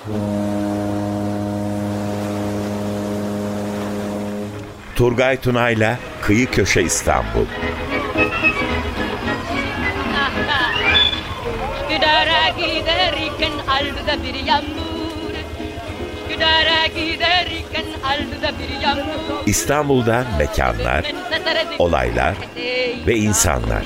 Turgay Tunay'la Kıyı Köşe İstanbul. Üsküdar'a giderken aldı bir yağmur. Üsküdar'a giderken aldı bir yağmur. İstanbul'da mekanlar, olaylar ve insanlar.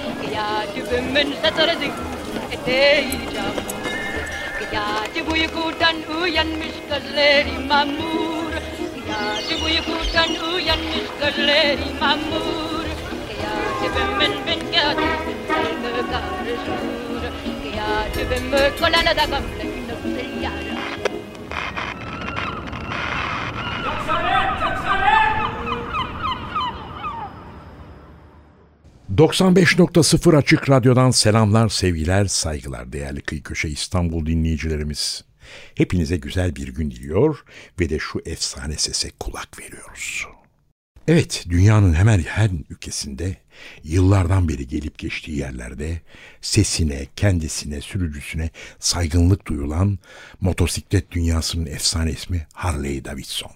Gece uykudan uyanmış gözleri mamur. Gece uykudan uyanmış gözleri mamur. Gece ben gece karışır. Gece ben kolana da gamle yara. 95.0 Açık Radyo'dan selamlar, sevgiler, saygılar değerli Kıyı Köşe İstanbul dinleyicilerimiz. Hepinize güzel bir gün diliyor ve de şu efsane sese kulak veriyoruz. Evet, dünyanın hemen her ülkesinde, yıllardan beri gelip geçtiği yerlerde sesine, kendisine, sürücüsüne saygınlık duyulan motosiklet dünyasının efsane ismi Harley Davidson.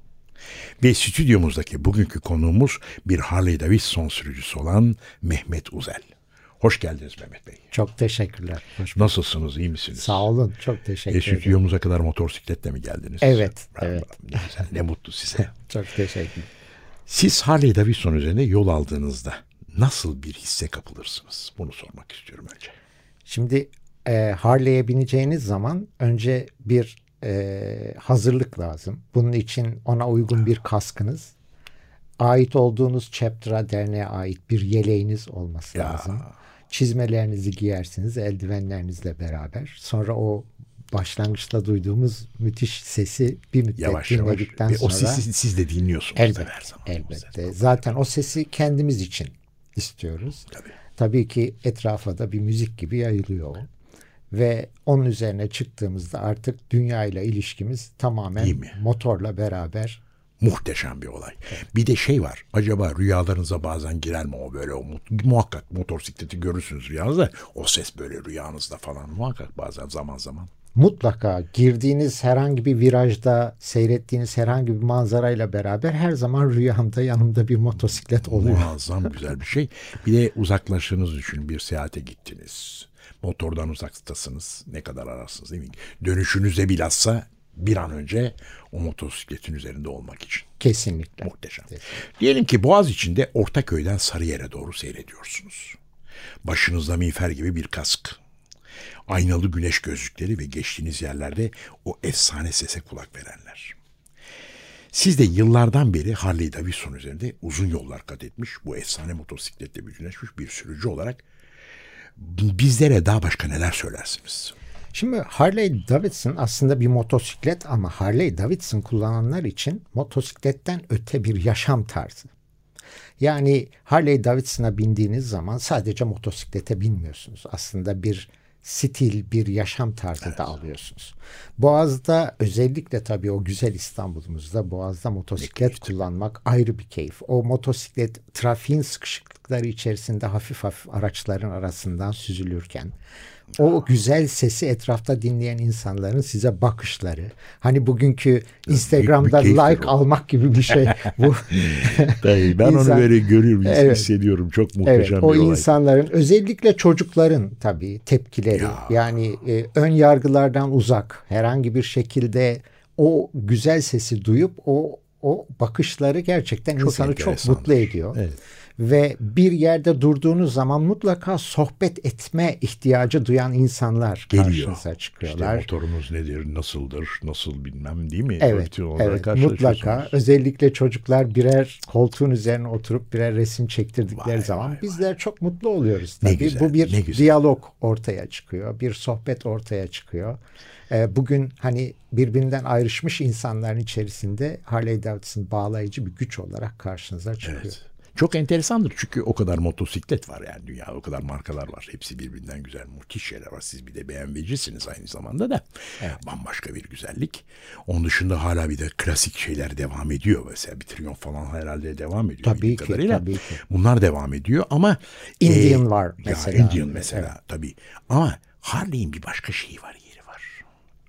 Ve stüdyomuzdaki bugünkü konuğumuz bir Harley Davidson sürücüsü olan Mehmet Uzel. Hoş geldiniz Mehmet Bey. Çok teşekkürler. Nasılsınız, iyi misiniz? Sağ olun, çok teşekkür ederim. Stüdyomuza kadar motosikletle mi geldiniz? Evet, Bravo, evet. Ne güzel, ne mutlu size. Çok teşekkür. Siz Harley Davidson üzerinde yol aldığınızda nasıl bir hisse kapılırsınız? Bunu sormak istiyorum önce. Şimdi Harley'e bineceğiniz zaman önce bir hazırlık lazım. Bunun için ona uygun bir kaskınız, ait olduğunuz chapter'a, derneğe ait bir yeleğiniz olması lazım. Çizmelerinizi giyersiniz eldivenlerinizle beraber. Sonra o başlangıçta duyduğumuz müthiş sesi bir müddet dinledikten sonra. O sesi siz de dinliyorsunuz. Elbette, her zaman. elbette. Zaten o sesi kendimiz için istiyoruz. Tabii ki etrafa da bir müzik gibi yayılıyor o. Ve onun üzerine çıktığımızda artık dünyayla ilişkimiz tamamen motorla beraber. Muhteşem bir olay. Evet. Bir de şey var. Acaba rüyalarınıza bazen girer mi o böyle? Muhakkak motosikleti görürsünüz rüyanızda. O ses böyle rüyanızda falan muhakkak bazen zaman zaman. Mutlaka girdiğiniz herhangi bir virajda seyrettiğiniz herhangi bir manzarayla beraber her zaman rüyamda yanımda bir motosiklet oluyor. Muazzam güzel bir şey. Bir de uzaklaştığınızı düşünün, bir seyahate gittiniz. Motordan uzaktasınız. Ne kadar ararsınız değil mi? Dönüşünüze bilhassa bir an önce o motosikletin üzerinde olmak için. Kesinlikle. Muhteşem. Diyelim ki Boğaziçi'nde Ortaköy'den Sarıyer'e doğru seyrediyorsunuz. Başınızda miğfer gibi bir kask. Aynalı güneş gözlükleri ve geçtiğiniz yerlerde o efsane sese kulak verenler. Siz de yıllardan beri Harley Davidson üzerinde uzun yollar kat etmiş, bu efsane motosikletle bütünleşmiş bir sürücü olarak bizlere daha başka neler söylersiniz? Şimdi Harley Davidson aslında bir motosiklet ama Harley Davidson kullananlar için motosikletten öte bir yaşam tarzı. Yani Harley Davidson'a bindiğiniz zaman sadece motosiklete binmiyorsunuz. Aslında bir stil, bir yaşam tarzı da alıyorsunuz. Boğaz'da özellikle tabii o güzel İstanbul'umuzda Boğaz'da motosiklet kullanmak ayrı bir keyif. O motosiklet trafiğin sıkışıklıkları içerisinde hafif hafif araçların arasından süzülürken o güzel sesi etrafta dinleyen insanların size bakışları. Hani bugünkü Instagram'da like almak gibi bir şey. Bu Tabii, ben onu böyle görüyorum, hissediyorum. Çok muhteşem bir olay. O insanların, özellikle çocukların tabii tepkileri. Yani ön yargılardan uzak, herhangi bir şekilde o güzel sesi duyup o bakışları gerçekten çok insanı çok mutlu ediyor. Evet. Ve bir yerde durduğunuz zaman mutlaka sohbet etme ihtiyacı duyan insanlar karşınıza çıkıyorlar. İşte motorunuz nedir, nasıldır, nasıl bilmem değil mi? Evet, mutlaka. Özellikle çocuklar birer koltuğun üzerine oturup birer resim çektirdikleri zaman bizler çok mutlu oluyoruz. Tabii. Güzel, bu bir diyalog ortaya çıkıyor, bir sohbet ortaya çıkıyor. Bugün hani birbirinden ayrışmış insanların içerisinde Harley Davidson bağlayıcı bir güç olarak karşınıza çıkıyor. Evet. Çok enteresandır çünkü o kadar motosiklet var yani dünyada, o kadar markalar var. Hepsi birbirinden güzel, müthiş şeyler var. Siz bir de BMW'cisiniz aynı zamanda da. Evet. Bambaşka bir güzellik. Onun dışında hala bir de klasik şeyler devam ediyor. Mesela bir Triumph falan herhalde devam ediyor. Tabii ki. Bunlar devam ediyor ama Indian var mesela. Indian mesela tabii. Ama Harley'in bir başka şeyi var, yeri var.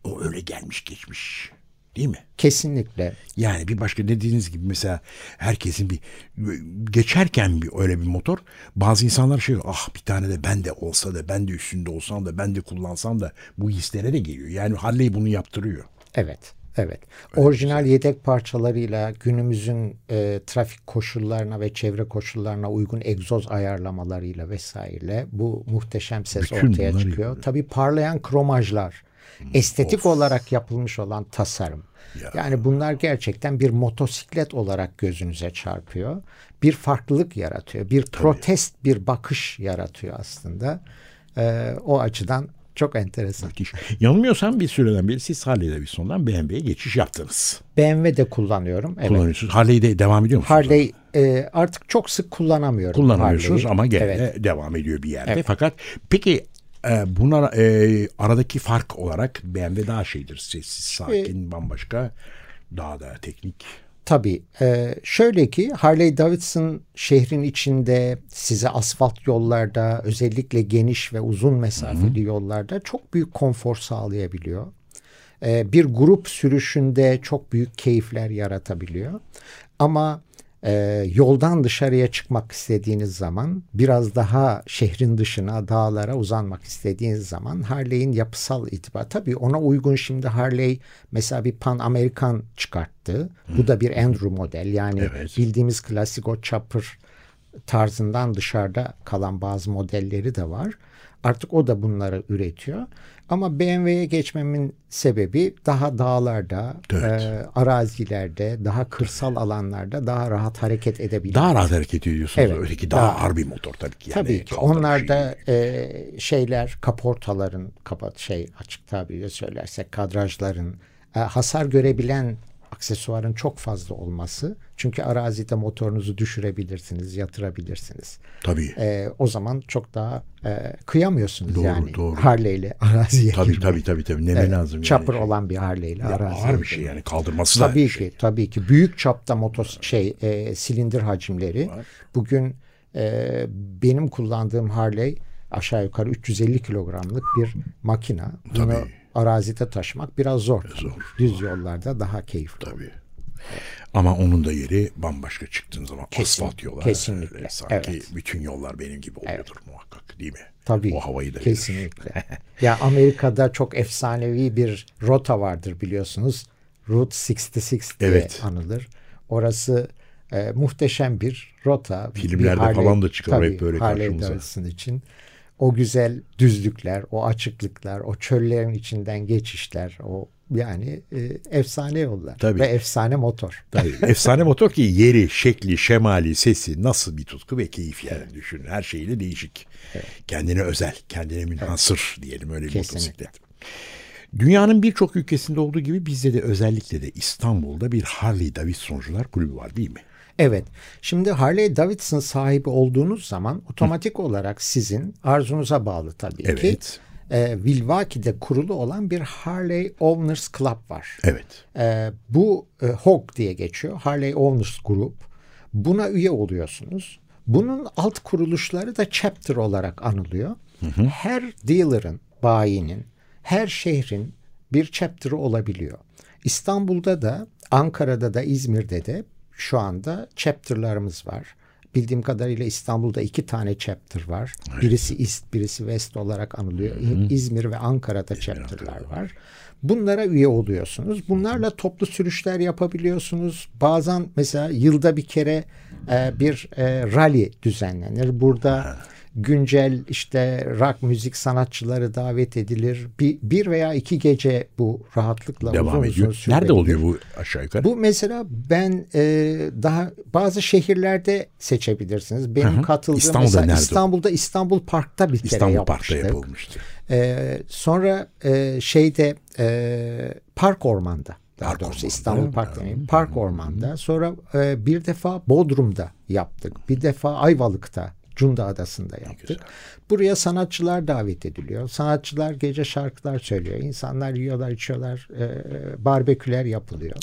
o öyle gelmiş geçmiş. Değil mi? Kesinlikle. Yani bir başka dediğiniz gibi mesela herkesin bir geçerken öyle bir motor, bazı insanlar şey bir tane de ben de olsa da, ben de üstünde olsam da, ben de kullansam da, bu hislere de geliyor. Yani Harley bunu yaptırıyor. Evet. Orijinal yedek parçalarıyla günümüzün trafik koşullarına ve çevre koşullarına uygun egzoz ayarlamalarıyla vesaire bu muhteşem ses bütün ortaya çıkıyor. Tabii parlayan kromajlar, estetik olarak yapılmış olan tasarım. Yani bunlar gerçekten bir motosiklet olarak gözünüze çarpıyor. Bir farklılık yaratıyor. Bir protest bir bakış yaratıyor aslında. O açıdan çok enteresan. Müthiş. Yanılmıyorsam bir süreden beri siz Harley Davidson'dan BMW'ye geçiş yaptınız. BMW de kullanıyorum. Evet. Kullanıyorsunuz. Harley'de devam ediyor musunuz? Harley artık çok sık kullanamıyorum. Kullanamıyorsunuz Harley'i. ama gene devam ediyor bir yerde. Evet. Fakat peki buna aradaki fark olarak BMW daha şeydir. Sessiz, sakin, bambaşka, daha da teknik. Tabii. Şöyle ki Harley Davidson şehrin içinde size asfalt yollarda, özellikle geniş ve uzun mesafeli yollarda çok büyük konfor sağlayabiliyor. Bir grup sürüşünde çok büyük keyifler yaratabiliyor. Ama yoldan dışarıya çıkmak istediğiniz zaman, biraz daha şehrin dışına, dağlara uzanmak istediğiniz zaman Harley'in yapısal itibarı. Tabii ona uygun şimdi Harley mesela bir Pan American çıkarttı. Bu da bir Andrew model. Yani bildiğimiz klasik o chopper tarzından dışarıda kalan bazı modelleri de var. Artık o da bunları üretiyor. Ama BMW'ye geçmemin sebebi daha dağlarda, arazilerde, daha kırsal alanlarda daha rahat hareket edebilmek. Daha rahat hareket ediyorsunuz. Evet, Öteki daha ağır bir motor tabii ki. Yani tabii ki. Onlarda şeyler, kaportaların, açık tabirle söylersek kadrajların, hasar görebilen aksesuarın çok fazla olması. Çünkü arazide motorunuzu düşürebilirsiniz, yatırabilirsiniz. Tabii. O zaman çok daha kıyamıyorsunuz doğru. Harley ile araziye girmeye. Tabii. Neme lazım. Chopper olan bir Harley ile araziye. Ağır bir şey yani, kaldırması da. Tabii ki. Büyük çapta silindir hacimleri. Var. Bugün benim kullandığım Harley aşağı yukarı 350 kilogramlık bir makina. Bunu arazide taşımak biraz zor. Düz yollarda daha keyifli. Tabii. Ama onun da yeri bambaşka çıktığın zaman asfalt yollar. Kesinlikle. Sanki bütün yollar benim gibi oluyordur muhakkak, değil mi? Tabii. O havayı da kesinlikle. Ya Amerika'da çok efsanevi bir rota vardır biliyorsunuz. Route 66 diye anılır. Orası muhteşem bir rota. Filmlerde falan da çıkar hep böyle karşımıza. Harley Davidson için. O güzel düzlükler, o açıklıklar, o çöllerin içinden geçişler, o yani efsane yollar. Tabii. Ve efsane motor. Tabii. Efsane motor ki yeri, şekli, şemali, sesi nasıl bir tutku ve keyif yani düşünün. Her şeyle değişik. Evet. Kendine özel, kendine münhasır diyelim öyle bir motosiklet. Dünyanın birçok ülkesinde olduğu gibi bizde de özellikle de İstanbul'da bir Harley Davidsoncular kulübü var, değil mi? Evet. Şimdi Harley Davidson sahibi olduğunuz zaman otomatik olarak sizin arzunuza bağlı tabii ki. Milwaukee'de kurulu olan bir Harley Owners Club var. Evet. Bu HOG diye geçiyor. Harley Owners Group. Buna üye oluyorsunuz. Bunun alt kuruluşları da chapter olarak anılıyor. Her dealer'ın, bayinin, her şehrin bir chapter'ı olabiliyor. İstanbul'da da, Ankara'da da, İzmir'de de şu anda chapter'larımız var. Bildiğim kadarıyla İstanbul'da 2 tane chapter var. Evet. Birisi East, birisi West olarak anılıyor. İzmir ve Ankara'da chapter'lar var. Bunlara üye oluyorsunuz. Bunlarla toplu sürüşler yapabiliyorsunuz. Bazen mesela yılda bir kere bir rally düzenlenir. Burada güncel işte rock müzik sanatçıları davet edilir. Bir veya 2 gece bu rahatlıkla devam ediyor. Nerede oluyor bu aşağı yukarı? Bu mesela ben daha bazı şehirlerde seçebilirsiniz. Benim katıldığım İstanbul'da İstanbul Park'ta bir kere yapmıştık. Park'ta yapılmıştı. Sonra Park Orman'da. Daha doğrusu İstanbul Park demeyeyim. Park Orman'da. Sonra bir defa Bodrum'da yaptık. Bir defa Ayvalık'ta, Cunda Adası'nda yaptık. Güzel. Buraya sanatçılar davet ediliyor. Sanatçılar gece şarkılar söylüyor. İnsanlar yiyorlar, içiyorlar. Barbeküler yapılıyor.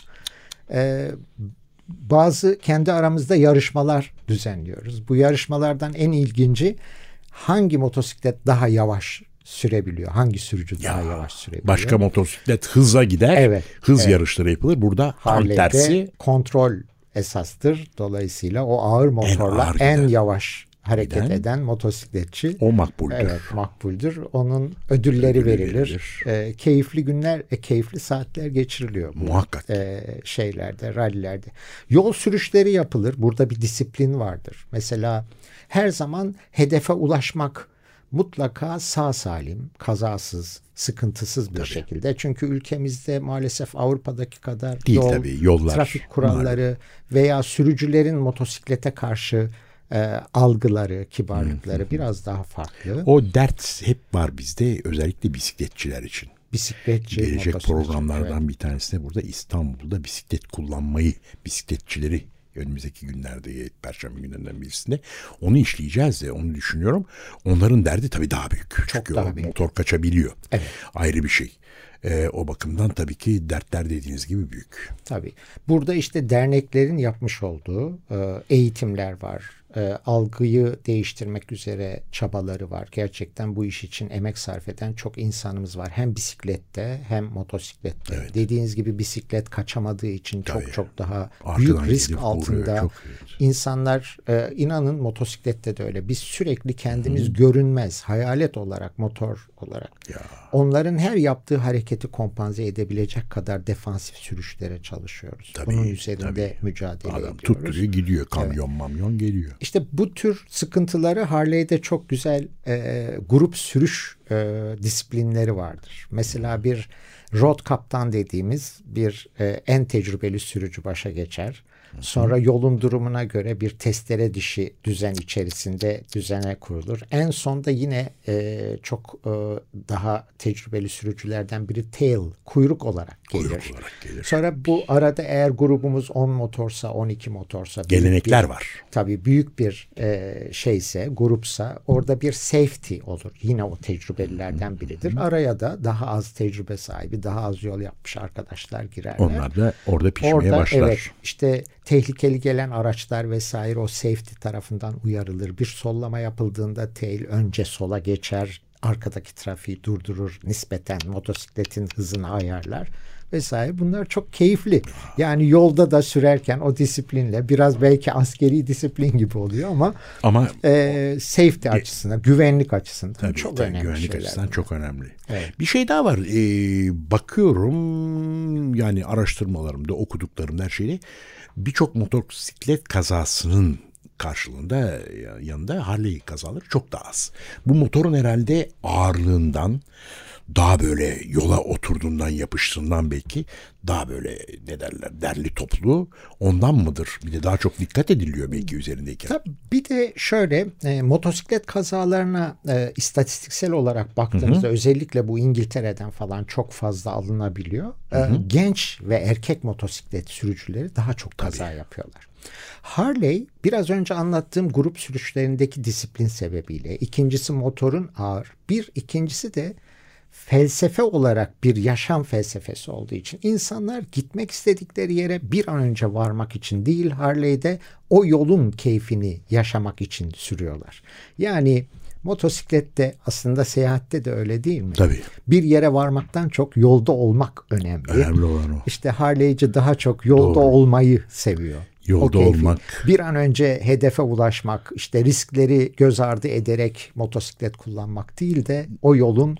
Bazı kendi aramızda yarışmalar düzenliyoruz. Bu yarışmalardan en ilginci hangi motosiklet daha yavaş sürebiliyor. Hangi sürücü daha yavaş sürebiliyor? Başka motosiklet hıza gider. Evet, Hız evet. yarışları yapılır. Burada tam Harley'de tersi. kontrol esastır. Dolayısıyla o ağır motorla ağır en gider. yavaş hareket eden motosikletçi O makbuldür. Evet, makbuldür. Onun ödülleri verilir. Keyifli günler, keyifli saatler geçiriliyor. Muhakkak. Şeylerde, rallilerde. Yol sürüşleri yapılır. Burada bir disiplin vardır. Mesela her zaman hedefe ulaşmak mutlaka sağ salim, kazasız, sıkıntısız bir şekilde. Çünkü ülkemizde maalesef Avrupa'daki kadar Değil tabii, yollar, trafik kuralları veya sürücülerin motosiklete karşı algıları, kibarlıkları biraz daha farklı. O dert hep var bizde, özellikle bisikletçiler için. Bisikletçi, Gelecek motosikletçi, programlardan evet. bir tanesi de burada İstanbul'da bisiklet kullanmayı, bisikletçileri önümüzdeki günlerde, Perşembe günlerinden birisinde onu işleyeceğiz de onu düşünüyorum. Onların derdi tabii daha büyük. Çünkü daha o büyük. motor kaçabiliyor. Evet. Ayrı bir şey. O bakımdan tabii ki dertler dediğiniz gibi büyük. Tabii. Burada işte derneklerin yapmış olduğu eğitimler var. Algıyı değiştirmek üzere çabaları var. Gerçekten bu iş için emek sarf eden çok insanımız var. Hem bisiklette hem motosiklette. Evet. Dediğiniz gibi bisiklet kaçamadığı için Tabii. çok daha Arkadan büyük risk gelip altında. vuruyor, çok, evet. İnsanlar inanın motosiklette de öyle. Biz sürekli kendimiz görünmez, hayalet olarak, motor olarak. Ya. Onların her yaptığı hareketi kompanze edebilecek kadar defansif sürüşlere çalışıyoruz. Tabii, Bunun üzerinde tabii. mücadele Adam ediyoruz. tutturuyor gidiyor, kamyon mamyon geliyor. İşte bu tür sıkıntıları Harley'de çok güzel grup sürüş disiplinleri vardır. Mesela bir road kaptan dediğimiz bir en tecrübeli sürücü başa geçer. Sonra yolun durumuna göre bir testere dişi düzen içerisinde düzene kurulur. En sonda yine çok daha tecrübeli sürücülerden biri tail, kuyruk olarak gelir. Kuyruk olarak gelir. Sonra bu arada eğer grubumuz 10 motorsa, 12 motorsa. Gelenekler var. Tabii büyük bir şeyse, grupsa orada bir safety olur. Yine o tecrübelilerden biridir. Araya da daha az tecrübe sahibi, daha az yol yapmış arkadaşlar girerler. Onlar da orada pişmeye Orada başlar. evet işte tehlikeli gelen araçlar vesaire o safety tarafından uyarılır. Bir sollama yapıldığında tail önce sola geçer, arkadaki trafiği durdurur, nispeten motosikletin hızını ayarlar vesaire. Bunlar çok keyifli. Yani yolda da sürerken o disiplinle biraz belki askeri disiplin gibi oluyor ama safety açısından, güvenlik açısından Tabii, çok önemli güvenlik şeyler. açısından bunlar. çok önemli. Evet. Bir şey daha var. Bakıyorum yani araştırmalarımda, okuduklarımda her şeyde birçok motosiklet kazasının karşılığında yanında Harley kazaları çok daha az. Bu motorun herhalde ağırlığından, daha böyle yola oturduğundan, yapıştığından belki daha böyle ne derler, derli toplu ondan mıdır? Bir de daha çok dikkat ediliyor belki üzerindeyken. Tabii bir de şöyle motosiklet kazalarına istatistiksel olarak baktığımızda özellikle bu İngiltere'den falan çok fazla alınabiliyor. Genç ve erkek motosiklet sürücüleri daha çok kaza yapıyorlar. Harley biraz önce anlattığım grup sürüşlerindeki disiplin sebebiyle, ikincisi motorun ağır, ikincisi de felsefe olarak bir yaşam felsefesi olduğu için insanlar gitmek istedikleri yere bir an önce varmak için değil, Harley'de o yolun keyfini yaşamak için sürüyorlar. Yani motosiklette aslında seyahatte de öyle değil mi? Tabii. Bir yere varmaktan çok yolda olmak önemli. Önemli olan o. İşte Harley'ci daha çok yolda olmayı seviyor. Yolda o keyfi. olmak. Bir an önce hedefe ulaşmak, işte riskleri göz ardı ederek motosiklet kullanmak değil de o yolun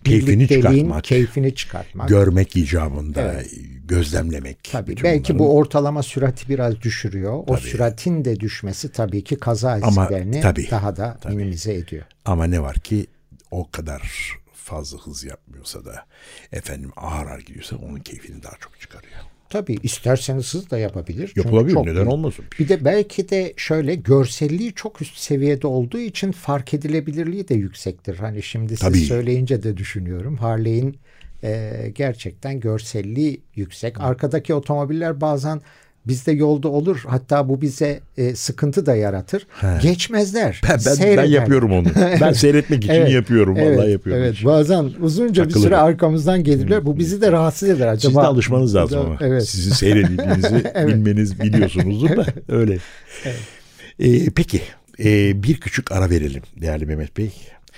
keyfini çıkartmak. Görmek icabında, gözlemlemek. Tabii belki bu ortalama sürati biraz düşürüyor. O süratin de düşmesi tabii ki kaza risklerini daha da minimize ediyor. Ama ne var ki o kadar fazla hız yapmıyorsa da ağır gidiyorsa onun keyfini daha çok çıkarıyor. Tabii isterseniz hız da yapabilir. Yapılabilir, neden olmasın? Bir de belki de şöyle görselliği çok üst seviyede olduğu için fark edilebilirliği de yüksektir. Hani şimdi siz söyleyince de düşünüyorum. Harley'in gerçekten görselliği yüksek. Arkadaki otomobiller bazen bizde yolda olur. Hatta bu bize sıkıntı da yaratır. Geçmezler. Ben yapıyorum onu. Ben seyretmek için yapıyorum. Vallahi yapıyorum. Evet. Bazen uzunca bir süre arkamızdan gelirler. Bu bizi de rahatsız eder. Acaba siz de alışmanız lazım ama. Evet. Sizin seyredildiğinizi biliyorsunuzdur da öyle. Evet. Peki bir küçük ara verelim değerli Mehmet Bey.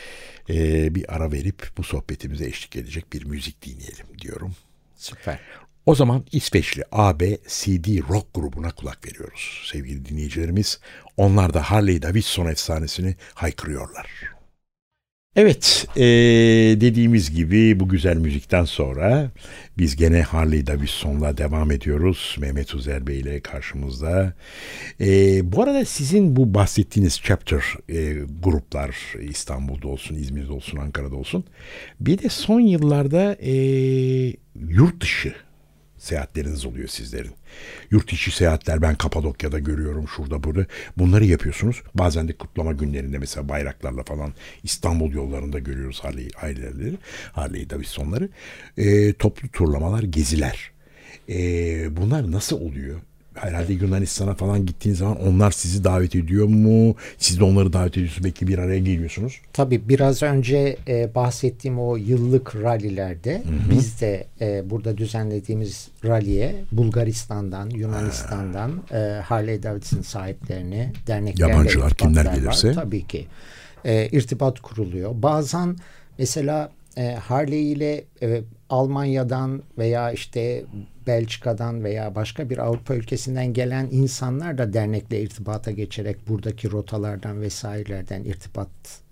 bir ara verip bu sohbetimize eşlik edecek bir müzik dinleyelim diyorum. Süper. O zaman İsveçli ABCD Rock grubuna kulak veriyoruz sevgili dinleyicilerimiz. Onlar da Harley Davidson efsanesini haykırıyorlar. Evet, dediğimiz gibi bu güzel müzikten sonra biz gene Harley Davidson'la devam ediyoruz. Mehmet Uzer Bey ile karşımızda. Bu arada sizin bu bahsettiğiniz chapter gruplar İstanbul'da olsun, İzmir'de olsun, Ankara'da olsun. Bir de son yıllarda yurt dışı seyahatleriniz oluyor sizlerin. Yurt içi seyahatler ben Kapadokya'da görüyorum, şurada burada. Bunları yapıyorsunuz. Bazen de kutlama günlerinde mesela bayraklarla falan İstanbul yollarında görüyoruz Harley Davidson'ları. Toplu turlamalar, geziler. Bunlar nasıl oluyor? Herhalde Yunanistan'a falan gittiğiniz zaman onlar sizi davet ediyor mu? Siz de onları davet ediyorsunuz. Belki bir araya geliyorsunuz. Tabii biraz önce bahsettiğim o yıllık rallilerde biz de burada düzenlediğimiz ralliye Bulgaristan'dan, Yunanistan'dan Harley Davidson sahiplerini, derneklerle yabancılar kimler gelirse. Tabii ki irtibat kuruluyor. Bazen mesela Harley ile Almanya'dan veya işte Belçika'dan veya başka bir Avrupa ülkesinden gelen insanlar da dernekle irtibata geçerek buradaki rotalardan vesairelerden irtibat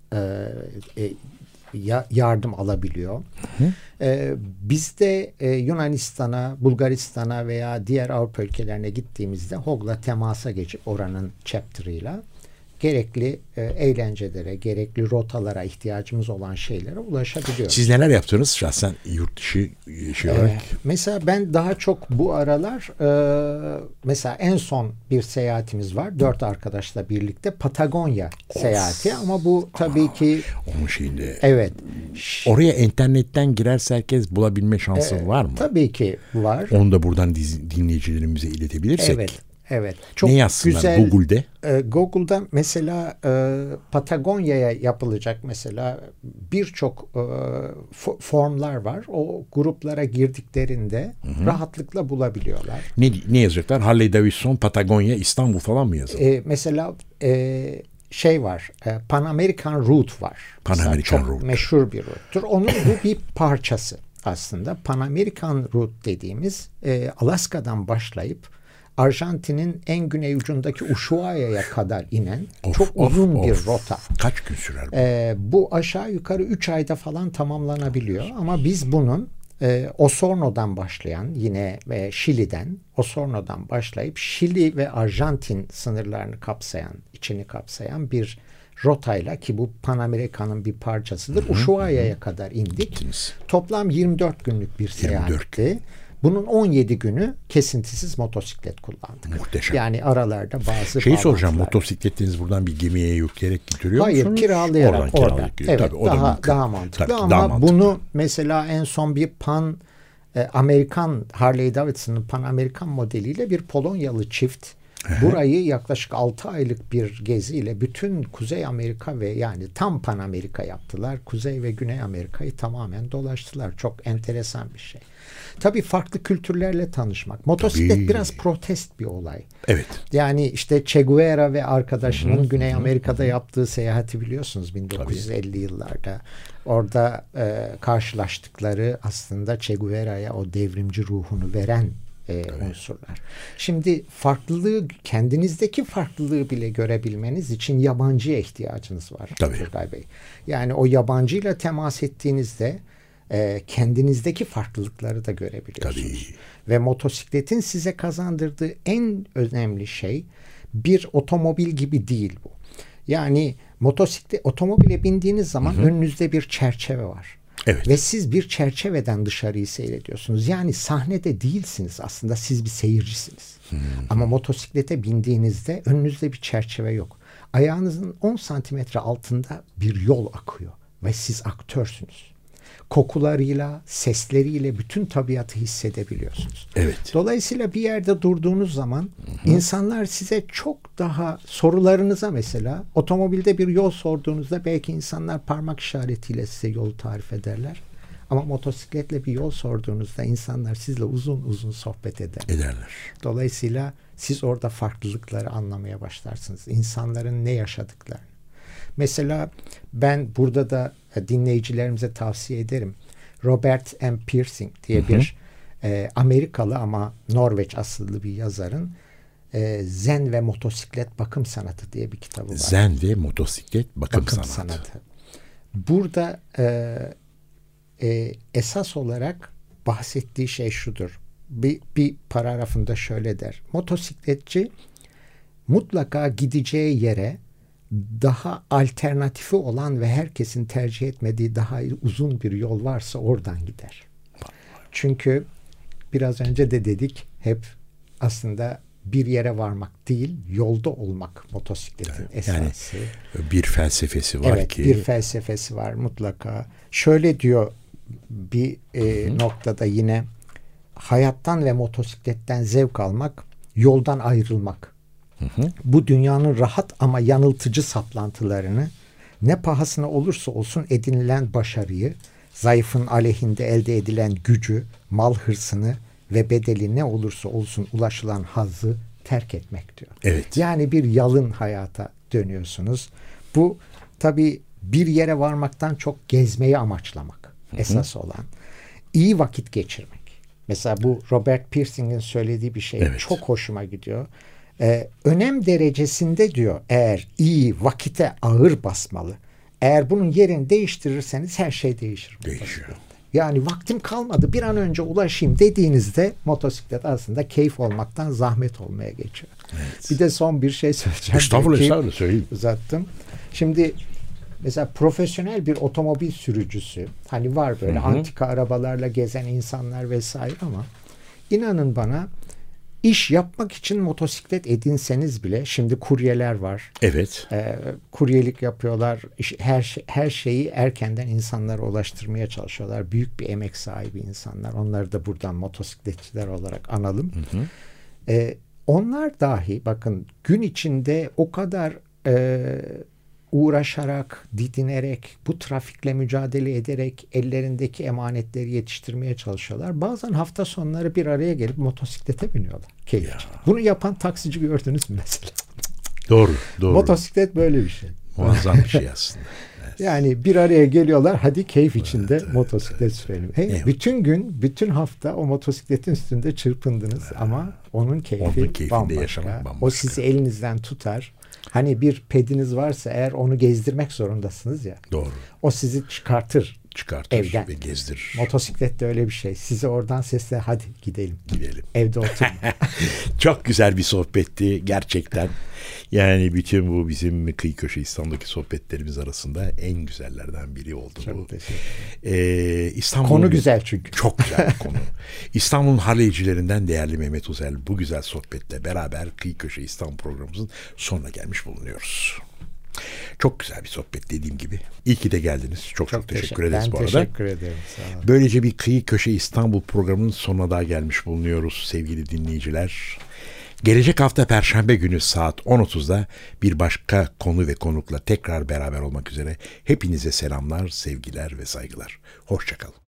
yardım alabiliyor. Biz de Yunanistan'a, Bulgaristan'a veya diğer Avrupa ülkelerine gittiğimizde HOG'la temasa geçip oranın chapter'ıyla gerekli eğlencelere, gerekli rotalara ihtiyacımız olan şeylere ulaşabiliyoruz. Siz neler yaptınız şahsen yurt dışı olarak? Mesela ben daha çok bu aralar mesela en son bir seyahatimiz var. 4 arkadaşla birlikte Patagonya seyahati ama bu tabii ki onun şeyinde. Evet. Oraya internetten girerse herkes bulabilme şansı var mı? Tabii ki var. Onu da buradan dinleyicilerimize iletebilirsek. Evet. Çok ne yazsınlar güzel, Google'de? Google'da mesela Patagonya'ya yapılacak mesela birçok formlar var. O gruplara girdiklerinde rahatlıkla bulabiliyorlar. Ne yazacaklar? Harley Davidson, Patagonya, İstanbul falan mı yazıyor? Mesela şey var. Pan American Route var. Pan American çok Route. meşhur bir rute'tur. Onun bu bir parçası aslında. Pan American Route dediğimiz Alaska'dan başlayıp Arjantin'in en güney ucundaki Ushuaia'ya kadar inen çok uzun bir rota. Kaç gün sürer bu? Bu aşağı yukarı 3 ayda falan tamamlanabiliyor. Ama biz bunun Osorno'dan başlayan yine Şili'den Osorno'dan başlayıp Şili ve Arjantin sınırlarını içini kapsayan bir rotayla ki bu Pan Amerika'nın bir parçasıdır. Ushuaia'ya kadar indik. Gittiniz. Toplam 24 günlük bir seyahatti. Bunun 17 günü kesintisiz motosiklet kullandık. Muhteşem. Yani aralarda bazı soracağım, motosikletinizi buradan bir gemiye yükleyerek getiriyor musunuz? Hayır, kiralayarak orada. Evet, tabii, daha mantıklı. Tabii, ama daha mantıklı. Bunu mesela en son bir Amerikan Harley Davidson'ın Pan Amerikan modeliyle bir Polonyalı çift burayı yaklaşık 6 aylık bir geziyle bütün Kuzey Amerika ve yani tam Pan Amerika yaptılar. Kuzey ve Güney Amerika'yı tamamen dolaştılar. Çok enteresan bir şey. Tabii farklı kültürlerle tanışmak. Motosiklet biraz protest bir olay. Evet. Yani işte Che Guevara ve arkadaşının Güney Amerika'da yaptığı seyahati biliyorsunuz 1950 yıllarda. Orada karşılaştıkları aslında Che Guevara'ya o devrimci ruhunu veren unsurlar. Şimdi kendinizdeki farklılığı bile görebilmeniz için yabancıya ihtiyacınız var. Turgay Bey. Yani o yabancıyla temas ettiğinizde kendinizdeki farklılıkları da görebiliyorsunuz. Tabii. Ve motosikletin size kazandırdığı en önemli şey bir otomobil gibi değil bu. Yani otomobile bindiğiniz zaman önünüzde bir çerçeve var. Evet. Ve siz bir çerçeveden dışarıyı seyrediyorsunuz. Yani sahnede değilsiniz aslında, siz bir seyircisiniz. Ama motosiklete bindiğinizde önünüzde bir çerçeve yok. Ayağınızın 10 santimetre altında bir yol akıyor ve siz aktörsünüz. Kokularıyla, sesleriyle bütün tabiatı hissedebiliyorsunuz. Evet. Dolayısıyla bir yerde durduğunuz zaman insanlar size çok daha sorularınıza mesela otomobilde bir yol sorduğunuzda belki insanlar parmak işaretiyle size yolu tarif ederler. Ama motosikletle bir yol sorduğunuzda insanlar sizle uzun uzun sohbet ederler. Dolayısıyla siz orada farklılıkları anlamaya başlarsınız. İnsanların ne yaşadıklarını. Mesela ben burada da dinleyicilerimize tavsiye ederim. Robert M. Pirsig diye bir Amerikalı ama Norveç asıllı bir yazarın Zen ve Motosiklet Bakım Sanatı diye bir kitabı var. Zen ve Motosiklet Bakım Sanatı. Burada esas olarak bahsettiği şey şudur. Bir paragrafında şöyle der. Motosikletçi mutlaka gideceği yere daha alternatifi olan ve herkesin tercih etmediği daha uzun bir yol varsa oradan gider. Çünkü biraz önce de dedik, hep aslında bir yere varmak değil, yolda olmak motosikletin esası. Yani bir felsefesi var ki. Bir felsefesi var mutlaka. Şöyle diyor bir noktada yine, hayattan ve motosikletten zevk almak, yoldan ayrılmak. Bu dünyanın rahat ama yanıltıcı saplantılarını, ne pahasına olursa olsun edinilen başarıyı, zayıfın aleyhinde elde edilen gücü, mal hırsını ve bedeli ne olursa olsun ulaşılan hazzı terk etmek diyor. Evet. Yani bir yalın hayata dönüyorsunuz. Bu tabii bir yere varmaktan çok gezmeyi amaçlamak esas olan. İyi vakit geçirmek. Mesela bu Robert Pirsig'in söylediği bir şey çok hoşuma gidiyor. Önem derecesinde diyor, eğer iyi vakite ağır basmalı. Eğer bunun yerini değiştirirseniz her şey değişir. Değişiyor. Yani vaktim kalmadı, bir an önce ulaşayım dediğinizde motosiklet aslında keyif olmaktan zahmet olmaya geçiyor. Evet. Bir de son bir şey söyleyeceğim. Estağfurullah, söyleyeyim. Uzattım. Şimdi mesela profesyonel bir otomobil sürücüsü, hani var böyle antika arabalarla gezen insanlar vesaire, ama inanın bana, İş yapmak için motosiklet edinseniz bile, şimdi kuryeler var. Evet. Kuryelik yapıyorlar. Her şeyi erkenden insanlara ulaştırmaya çalışıyorlar. Büyük bir emek sahibi insanlar. Onları da buradan motosikletçiler olarak analım. Onlar dahi bakın gün içinde o kadar uğraşarak, didinerek, bu trafikle mücadele ederek ellerindeki emanetleri yetiştirmeye çalışıyorlar. Bazen hafta sonları bir araya gelip motosiklete biniyorlar. Bunu yapan taksici gördünüz mü mesela? Doğru. Motosiklet böyle bir şey. Muazzam bir şey aslında. Evet. Yani bir araya geliyorlar, hadi keyif içinde motosiklet sürelim. Bütün gün, bütün hafta o motosikletin üstünde çırpındınız ama onun keyfi bambaşka. O sizi elinizden tutar. Hani bir pediniz varsa eğer, onu gezdirmek zorundasınız ya. Doğru. O sizi çıkartır evden ve gezdirir. Motosiklet de öyle bir şey. Sizi oradan sesle, hadi gidelim. Evde oturma. Çok güzel bir sohbetti gerçekten. Yani bütün bu bizim Kıyı Köşe İstanbul'daki sohbetlerimiz arasında en güzellerden biri oldu. Çok teşekkür ederim. Konu güzel çünkü. Çok güzel bir konu. İstanbul'un Harley'cilerinden değerli Mehmet Uzel bu güzel sohbetle beraber Kıyı Köşe İstanbul programımızın sonuna gelmiş bulunuyoruz. Çok güzel bir sohbet dediğim gibi. İyi ki de geldiniz. Çok teşekkür ederiz bu arada. Teşekkür ederim. Sağ olun. Böylece bir Kıyı Köşe İstanbul programının sonuna da gelmiş bulunuyoruz sevgili dinleyiciler. Gelecek hafta Perşembe günü saat 10.30'da bir başka konu ve konukla tekrar beraber olmak üzere hepinize selamlar, sevgiler ve saygılar. Hoşça kalın.